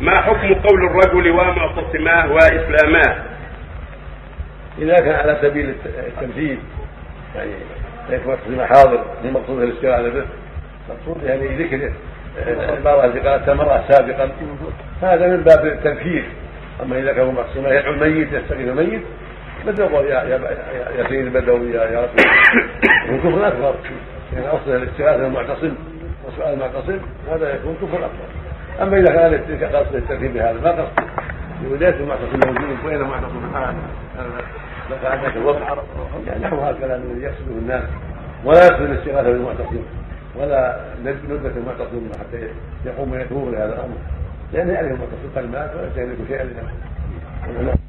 ما حكم قول الرجل ومعتصماه وإسلاماه؟ إذا كان على سبيل التمثيل يعني معتصم حاضر لمقصود الاستغاثة به، مقصود يعني ذكر بعض التي قالت مرة سابقا، هذا من باب التنفير. أما إذا كان معتصما يدعو الميت يستغيث الميت بدل يا سيد البدوي يا رسول الله، كفر أكبر. يعني أصل الاستغاثة المعتصم وسؤال المعتصم هذا يكون كفر أكبر. أما إذا كان قصد الترتيب بهذا ما قصد لولاية المعتصم موجود وين المعتصم فعندك الوضع يعني نحو هكذا الذي يقصده الناس، ولا يقصد الاستغاثة بالمعتصم ولا ندبة المعتصم حتى يقوم ويتوب لهذا الأمر، لأن يعرف المعتصم قد مات وليس يملك شيئا لنفسه.